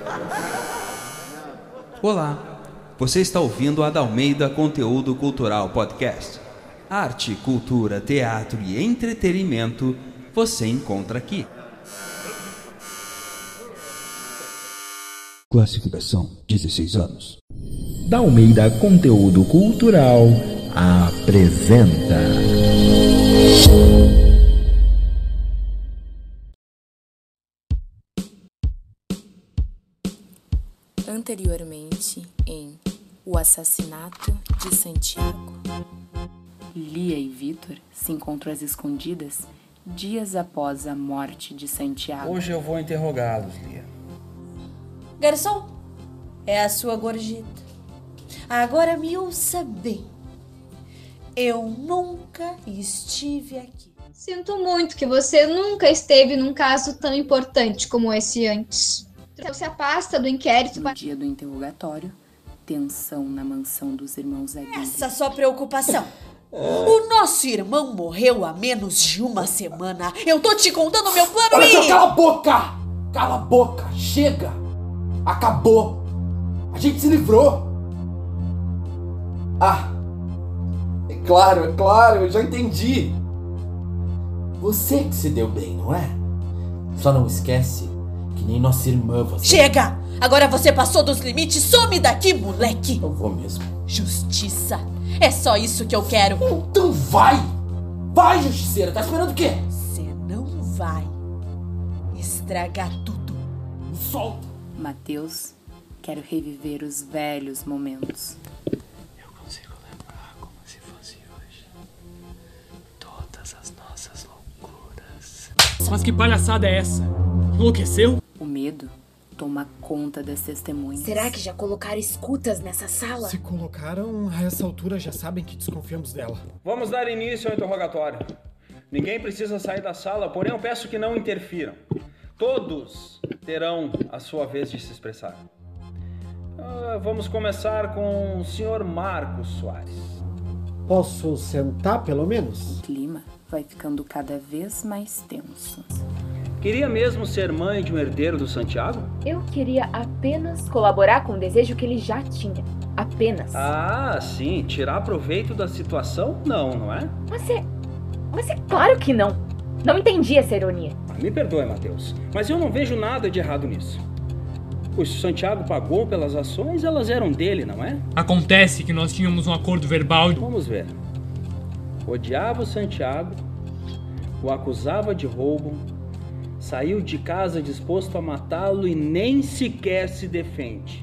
Olá, você está ouvindo a Dalmeida Conteúdo Cultural Podcast. Arte, cultura, teatro e entretenimento você encontra aqui. Classificação 16 anos. Dalmeida Conteúdo Cultural apresenta. Anteriormente em O Assassinato de Santiago. Lia e Vitor se encontram às escondidas dias após a morte de Santiago. Hoje eu vou interrogá-los, Lia. Garçom, é a sua gorjeta. Agora me ouça bem. Eu nunca estive aqui. Sinto muito que você nunca esteve num caso tão importante como esse antes. Você afasta do inquérito. No dia do interrogatório, tensão na mansão dos irmãos Aguirre. Essa sua preocupação. O nosso irmão morreu há menos de uma semana. Eu tô te contando meu plano. Olha só, cala a boca! Cala a boca! Chega! Acabou! A gente se livrou! Ah! É claro, eu já entendi! Você que se deu bem, não é? Só não esquece que nem nossa irmã você... Chega! Agora você passou dos limites. Some daqui, moleque! Eu vou mesmo. Justiça. É só isso que eu quero. Então vai! Vai, justiceira! Tá esperando o quê? Você não vai estragar tudo. Me solta! Mateus quer reviver os velhos momentos. Eu consigo lembrar como se fosse hoje todas as nossas loucuras. Mas que palhaçada é essa? Enlouqueceu? O medo toma conta das testemunhas. Será que já colocaram escutas nessa sala? Se colocaram, a essa altura já sabem que desconfiamos dela. Vamos dar início ao interrogatório. Ninguém precisa sair da sala, porém eu peço que não interfiram. Todos terão a sua vez de se expressar. Vamos começar com o senhor Marcos Soares. Posso sentar, pelo menos? O clima vai ficando cada vez mais tenso. Queria mesmo ser mãe de um herdeiro do Santiago? Eu queria apenas colaborar com o desejo que ele já tinha. Apenas. Ah, sim. Tirar proveito da situação? Não é? Mas é claro que não. Não entendi essa ironia. Me perdoe, Mateus, mas eu não vejo nada de errado nisso. O Santiago pagou pelas ações, elas eram dele, não é? Acontece que nós tínhamos um acordo verbal. Vamos ver. Odiava o Santiago, o acusava de roubo, saiu de casa disposto a matá-lo e nem sequer se defende.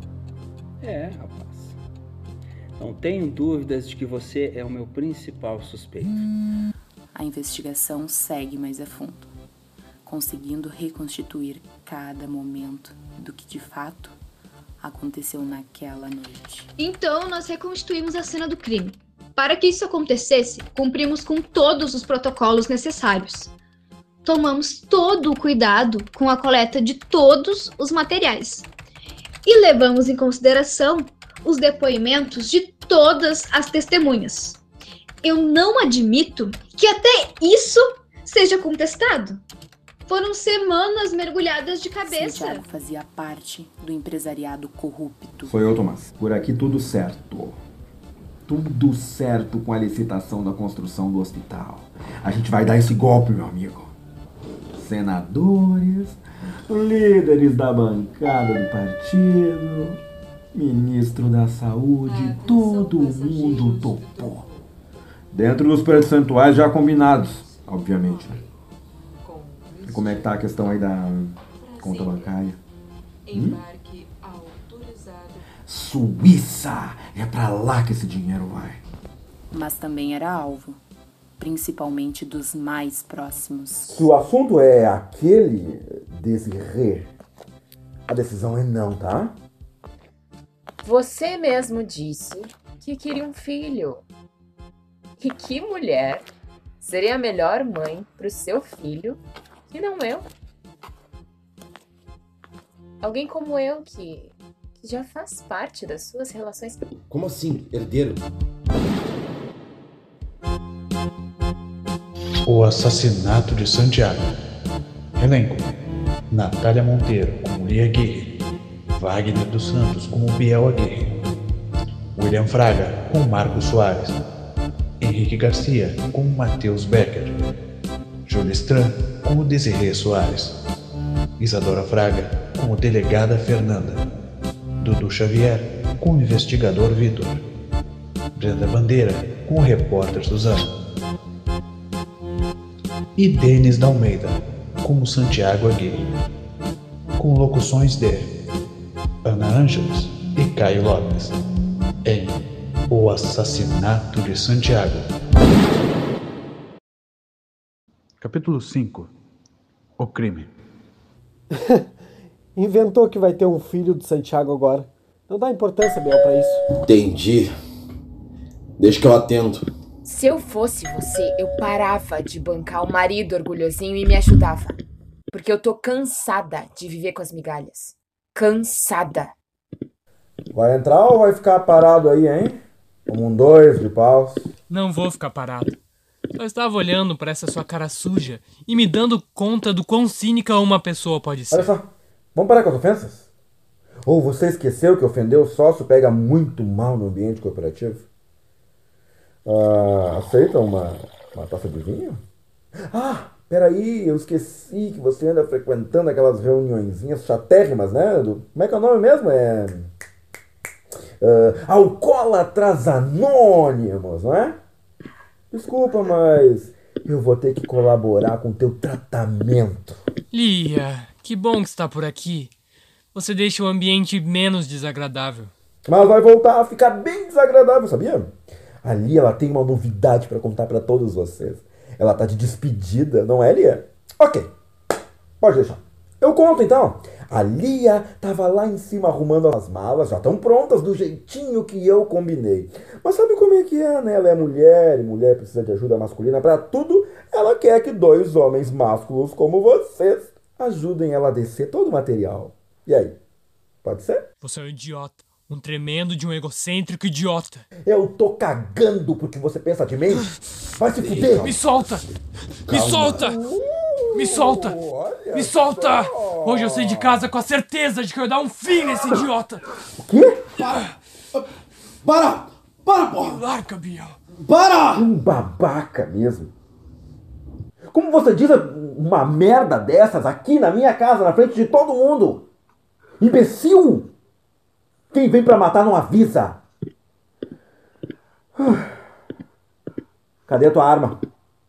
Rapaz. Não tenho dúvidas de que você é o meu principal suspeito. A investigação segue mais a fundo, conseguindo reconstituir cada momento do que de fato aconteceu naquela noite. Então, nós reconstituímos a cena do crime. Para que isso acontecesse, cumprimos com todos os protocolos necessários. Tomamos todo o cuidado com a coleta de todos os materiais. E levamos em consideração os depoimentos de todas as testemunhas. Eu não admito que até isso seja contestado. Foram semanas mergulhadas de cabeça. Santiago fazia parte do empresariado corrupto. Sou eu, Tomás. Por aqui tudo certo. Tudo certo com a licitação da construção do hospital. A gente vai dar esse golpe, meu amigo. Senadores, líderes da bancada do partido, ministro da saúde, todo mundo topou. Dentro dos percentuais já combinados, obviamente. E como é que tá a questão aí da conta bancária? Embarque autorizado. Suíça! É pra lá que esse dinheiro vai. Mas também era alvo, principalmente dos mais próximos. Se o assunto é aquele, Desirê, a decisão é não, tá? Você mesmo disse que queria um filho. E que mulher seria a melhor mãe pro seu filho que não eu? Alguém como eu que já faz parte das suas relações. Como assim, herdeiro? O Assassinato de Santiago. Elenco: Natália Monteiro como Lia Aguirre, Wagner dos Santos como Biel Aguirre, William Fraga como Marcos Soares, Henrique Garcia como Matheus Becker, Júlia Stran como Desirê Soares, Isadora Fraga como Delegada Fernanda, Dudu Xavier como Investigador Vitor, Brenda Bandeira como Repórter Suzana e Denis da Almeida como Santiago Aguirre, com locuções de Ana Ângeles e Caio Lopes em O Assassinato de Santiago. Capítulo 5. O crime. Inventou que vai ter um filho de Santiago agora. Não dá importância, Biel, pra isso. Entendi. Deixa que eu atendo. Se eu fosse você, eu parava de bancar o marido orgulhosinho e me ajudava. Porque eu tô cansada de viver com as migalhas. Cansada. Vai entrar ou vai ficar parado aí, hein? Como 2 de paus. Não vou ficar parado. Só estava olhando pra essa sua cara suja e me dando conta do quão cínica uma pessoa pode ser. Olha só, vamos parar com as ofensas? Ou você esqueceu que ofender o sócio pega muito mal no ambiente corporativo? Aceita uma taça de vinho? Ah, peraí, eu esqueci que você anda frequentando aquelas reuniõezinhas chatérrimas, né? Como é que é o nome mesmo? Alcoólatras Anônimos, não é? Desculpa, mas eu vou ter que colaborar com o teu tratamento. Lia, que bom que está por aqui. Você deixa o ambiente menos desagradável. Mas vai voltar a ficar bem desagradável, sabia? Ali ela tem uma novidade pra contar pra todos vocês. Ela tá de despedida, não é, Lia? Ok, pode deixar. Eu conto então. A Lia tava lá em cima arrumando as malas, já estão prontas do jeitinho que eu combinei. Mas sabe como é que é, né? Ela é mulher e mulher precisa de ajuda masculina pra tudo. Ela quer que 2 homens másculos como vocês ajudem ela a descer todo o material. E aí? Pode ser? Você é um idiota. Um tremendo de um egocêntrico idiota. Eu tô cagando porque você pensa de mim. Vai se fuder. Me solta! Me solta! Me solta! Me solta! Hoje eu saí de casa com a certeza de que eu ia dar um fim nesse idiota. O quê? Para, porra! Larga, Biel. Para! Um babaca mesmo. Como você diz uma merda dessas aqui na minha casa, na frente de todo mundo? Imbecil! Quem vem pra matar não avisa. Cadê a tua arma?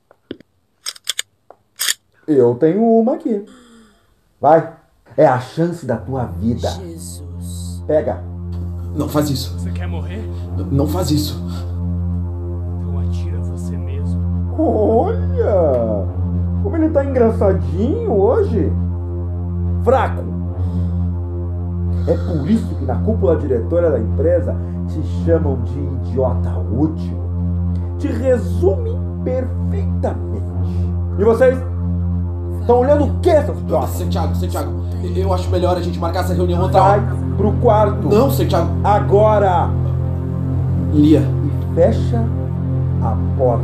Eu tenho uma aqui. Vai. É a chance da tua vida. Jesus. Pega. Não faz isso. Você quer morrer? Não faz isso. Então atira você mesmo. Olha! Como ele tá engraçadinho hoje. Fraco. É por isso que na cúpula diretora da empresa te chamam de idiota útil. Te resume perfeitamente. E vocês? Estão olhando o que, seus idiotas? Santiago, eu acho melhor a gente marcar essa reunião outra hora. hora. Vai pro quarto. Não, Santiago. Agora. Lia. E fecha a porta.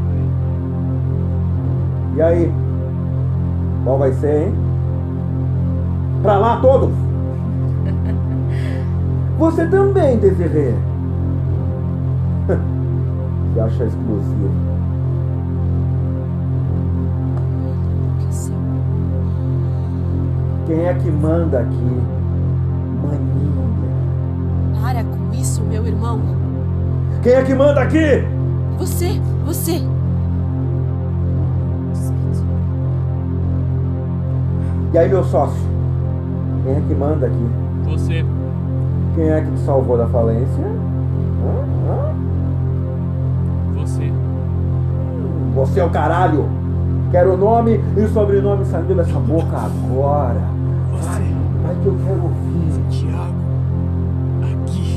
E aí? Qual vai ser, hein? Pra lá todos! Você também, Desirê. Se acha explosivo. Quem é que manda aqui? Maninha. Para com isso, meu irmão. Quem é que manda aqui? Você. E aí, meu sócio? Quem é que manda aqui? Você. Quem é que te salvou da falência? Você. Você é o caralho! Quero o nome e sobrenome saindo dessa boca agora. Você. Vai que eu quero ouvir. Santiago. Aqui.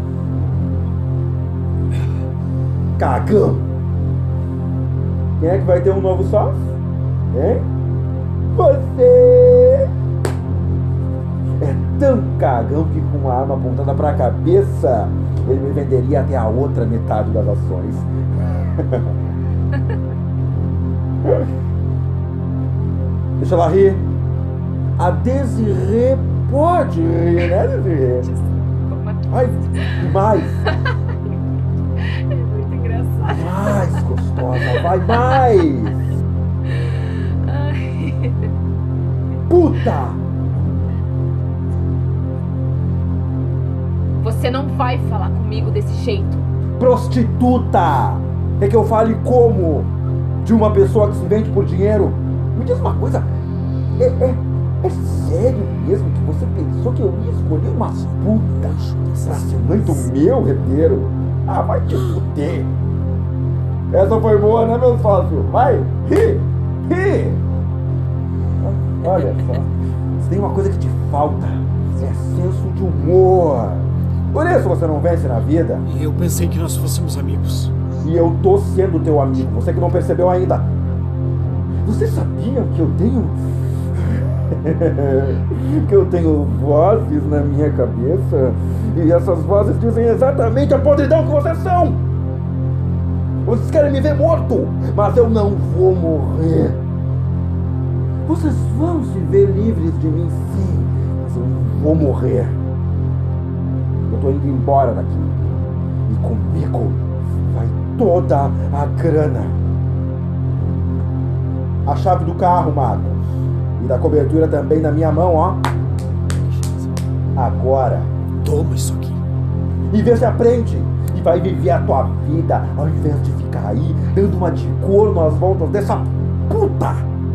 Cagão! Quem é que vai ter um novo sócio? Hein? Você! É tão cagão que com uma arma apontada pra cabeça, ele me venderia até a outra metade das ações. Deixa ela rir. A Desirê Pode, né, Desirê? Ai, mais. É muito engraçado. Mais gostosa, vai mais. Ai. Puta! Você não vai falar comigo desse jeito. Prostituta! É que eu fale como? De uma pessoa que se vende por dinheiro? Me diz uma coisa, é sério mesmo que você pensou que eu ia escolher umas putas pra ser mãe do meu herdeiro? Ah, vai te fuder! Essa foi boa, né, meu sócio? Vai! Ri! Olha só, se tem uma coisa que te falta, é senso de humor. Por isso você não vence na vida. Eu pensei que nós fôssemos amigos. E eu tô sendo teu amigo, você que não percebeu ainda. Você sabia que eu tenho... que eu tenho vozes na minha cabeça? E essas vozes dizem exatamente a podridão que vocês são! Vocês querem me ver morto, mas eu não vou morrer. Vocês vão se ver livres de mim, sim, mas eu não vou morrer. Eu tô indo embora daqui. E comigo vai toda a grana. A chave do carro, Marcos. E da cobertura também na minha mão, ó. Agora. Toma isso aqui. E vê se aprende. E vai viver a tua vida, ao invés de ficar aí, dando uma de corno às voltas dessa puta.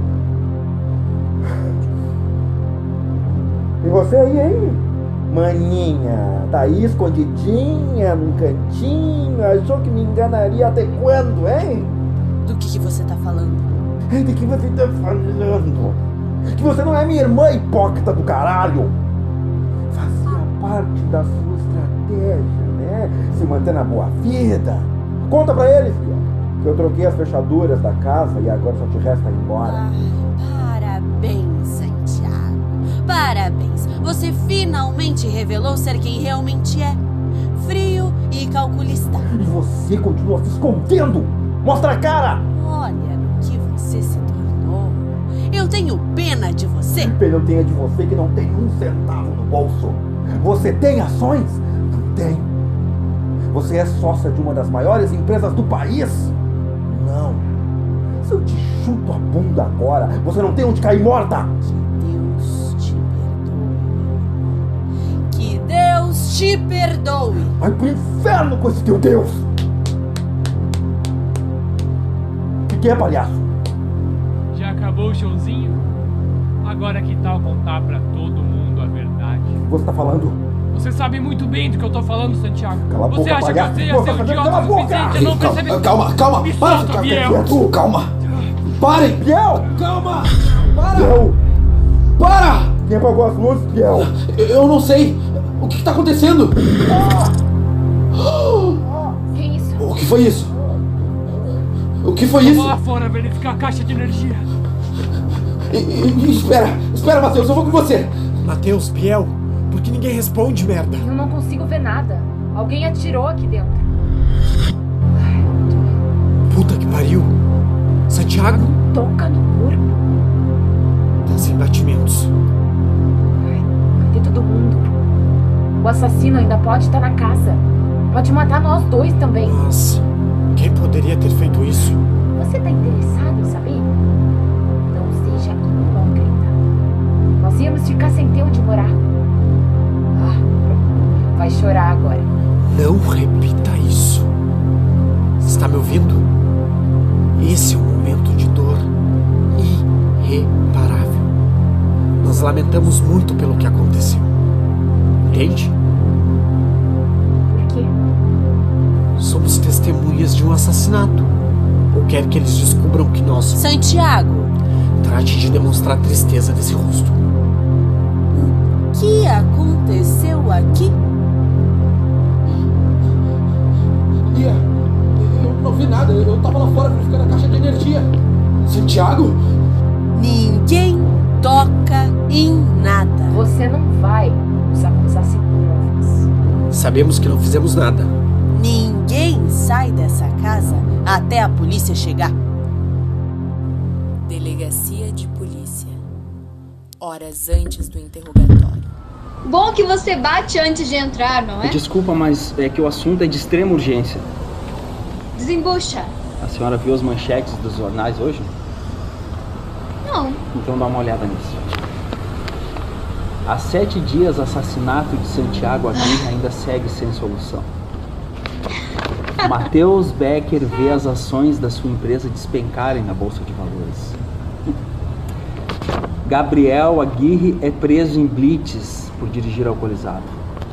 E você aí, hein? Maninha, tá aí escondidinha num cantinho, achou que me enganaria até quando, hein? Do que você tá falando? De que você tá falando? Que você não é minha irmã hipócrita do caralho! Fazia parte da sua estratégia, né? Se manter na boa vida. Conta pra eles, filha, que eu troquei as fechaduras da casa e agora só te resta ir embora. Parabéns, Santiago. Parabéns. Você finalmente revelou ser quem realmente é. Frio e calculista. E você continua se escondendo! Mostra a cara! Olha no que você se tornou. Eu tenho pena de você. Que pena eu tenho de você que não tem um centavo no bolso. Você tem ações? Não tem. Você é sócia de uma das maiores empresas do país? Não. Se eu te chuto a bunda agora, você não tem onde cair morta. Que Deus te perdoe. Vai pro inferno com esse teu Deus. O que é, palhaço? Já acabou o showzinho? Agora que tal contar pra todo mundo a verdade? O que você tá falando? Você sabe muito bem do que eu tô falando, Santiago. Cala a boca, você acha palhaço. que você ia ser um idiota o suficiente a não perceber? Calma, Me para, solta, Biel. calma. Parem! Biel! Calma! Para! Biel! Para! Quem apagou as luzes, Biel? Eu não sei. O que tá acontecendo? Que isso? O que foi isso? O que foi isso? Vou lá fora verificar a caixa de energia. Espera, Matheus, eu vou com você. Matheus, Biel, por que ninguém responde, merda? Eu não consigo ver nada. Alguém atirou aqui dentro. Puta que pariu. Santiago? Toca no corpo. Tá sem batimentos. Cadê todo mundo? O assassino ainda pode estar na casa. Pode matar nós dois também. Mas quem poderia ter feito isso? Você tá interessado em saber? Não seja hipócrita. Nós íamos ficar sem ter onde morar. Vai chorar agora. Não repita isso. Está me ouvindo? Esse é um momento de dor irreparável. Nós lamentamos muito pelo que aconteceu. Entende? Por quê? Somos testemunhas de um assassinato. Ou quer que eles descubram que nós... Santiago! Trate de demonstrar tristeza nesse rosto. O que aconteceu aqui? Lia, eu não vi nada. Eu tava lá fora verificando a caixa de energia. Santiago? Ninguém toca em nada. Você não vai nos acusar sem provas. Sabemos que não fizemos nada. Ninguém sai dessa casa até a polícia chegar. Delegacia de Polícia. horas antes do interrogatório. Bom que você bate antes de entrar, não é? Desculpa, mas é que o assunto é de extrema urgência. Desembucha. A senhora viu as manchetes dos jornais hoje? Não. Então dá uma olhada nisso. Há 7 dias, assassinato de Santiago Aguirre ainda segue sem solução. Matheus Becker vê as ações da sua empresa despencarem na Bolsa de Valores. Gabriel Aguirre é preso em blitz por dirigir alcoolizado.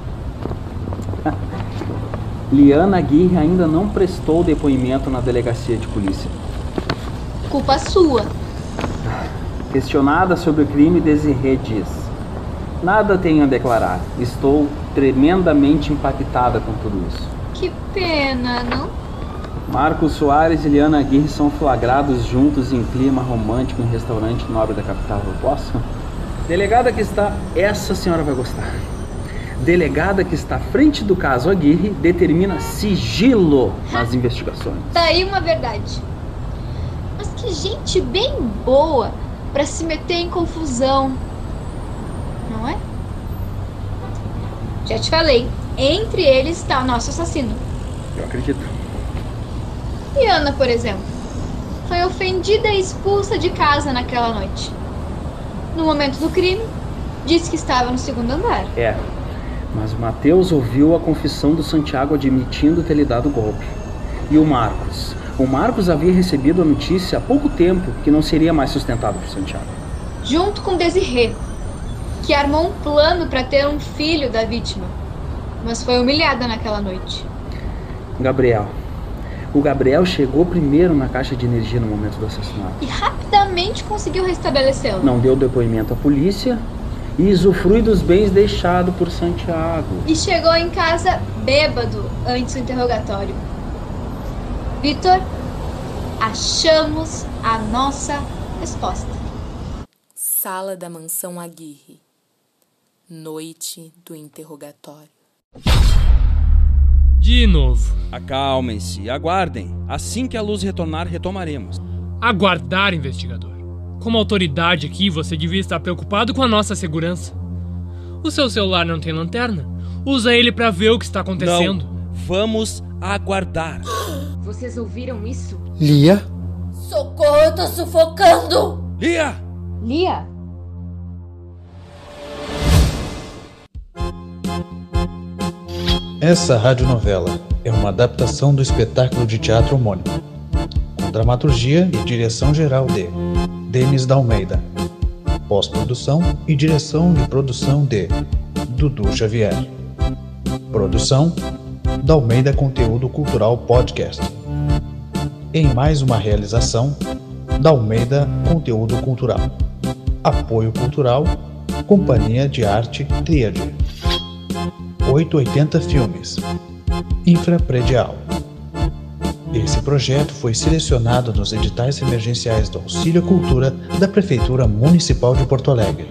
Liana Aguirre ainda não prestou depoimento na delegacia de polícia. Culpa sua. Questionada sobre o crime, Desirê diz: nada tenho a declarar. Estou tremendamente impactada com tudo isso. Que pena, não? Marcos Soares e Liana Aguirre são flagrados juntos em clima romântico em restaurante nobre da capital. Eu posso? Delegada que está... Essa senhora vai gostar. Delegada que está à frente do caso Aguirre determina sigilo nas investigações. Tá aí uma verdade. Mas que gente bem boa pra se meter em confusão. Não é? Já te falei. Entre eles está o nosso assassino. Eu acredito. Liana, por exemplo, foi ofendida e expulsa de casa naquela noite. No momento do crime, disse que estava no segundo andar. É, mas o Matheus ouviu a confissão do Santiago admitindo ter lhe dado o golpe. E o Marcos? O Marcos havia recebido a notícia há pouco tempo que não seria mais sustentado por Santiago. Junto com Desirê, que armou um plano para ter um filho da vítima, mas foi humilhada naquela noite. Gabriel. O Gabriel chegou primeiro na caixa de energia no momento do assassinato. E rapidamente conseguiu restabelecê-lo. Não deu depoimento à polícia e usufrui dos bens deixados por Santiago. E chegou em casa bêbado antes do interrogatório. Vitor, achamos a nossa resposta. Sala da mansão Aguirre. Noite do interrogatório. De novo. Acalmem-se e aguardem. Assim que a luz retornar, retomaremos. Aguardar, investigador. Como autoridade aqui, você devia estar preocupado com a nossa segurança. O seu celular não tem lanterna? Usa ele pra ver o que está acontecendo. Não. Vamos aguardar. Vocês ouviram isso? Lia? Socorro, eu tô sufocando! Lia! Lia? Essa radionovela é uma adaptação do espetáculo de teatro homônimo, com dramaturgia e direção geral de Denis Dalmeida, pós-produção e direção de produção de Dudu Xavier, produção Dalmeida Conteúdo Cultural Podcast. Em mais uma realização, Dalmeida Conteúdo Cultural. Apoio Cultural, Companhia de Arte Tríade. 880 Filmes. Infrapredial. Esse projeto foi selecionado nos editais emergenciais do Auxílio à Cultura da Prefeitura Municipal de Porto Alegre.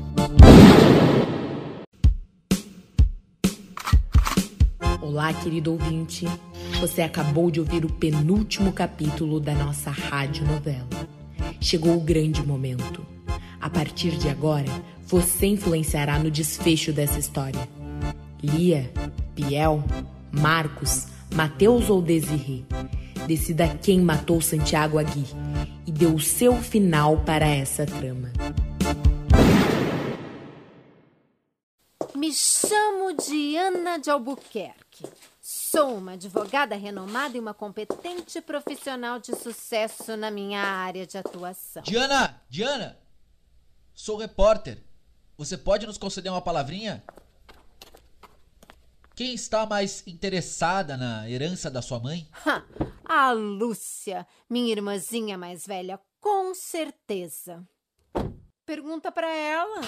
Olá, querido ouvinte. Você acabou de ouvir o penúltimo capítulo da nossa radionovela. Chegou o grande momento. A partir de agora, você influenciará no desfecho dessa história. Lia, Biel, Marcos, Matheus ou Desirê. Decida quem matou Santiago Aguirre e dê o seu final para essa trama. Me chamo Diana de Albuquerque. Sou uma advogada renomada e uma competente profissional de sucesso na minha área de atuação. Diana! Sou repórter. Você pode nos conceder uma palavrinha? Quem está mais interessada na herança da sua mãe? A Lúcia, minha irmãzinha mais velha, com certeza. Pergunta pra ela.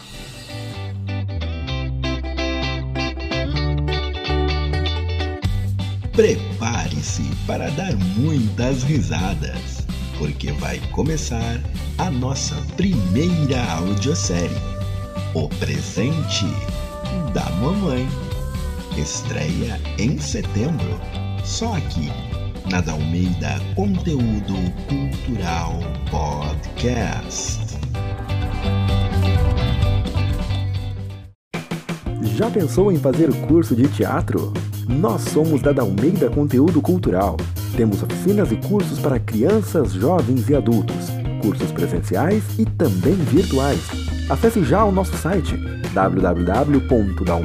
Prepare-se para dar muitas risadas, porque vai começar a nossa primeira audiosérie, O Presente da Mamãe. Estreia em setembro, só aqui na Dalmeida Conteúdo Cultural Podcast. Já pensou em fazer curso de teatro? Nós somos da Dalmeida Conteúdo Cultural. Temos oficinas e cursos para crianças, jovens e adultos. Cursos presenciais e também virtuais. Acesse já o nosso site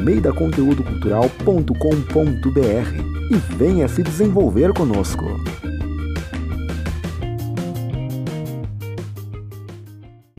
www.dalmeidaconteudocultural.com.br e venha se desenvolver conosco.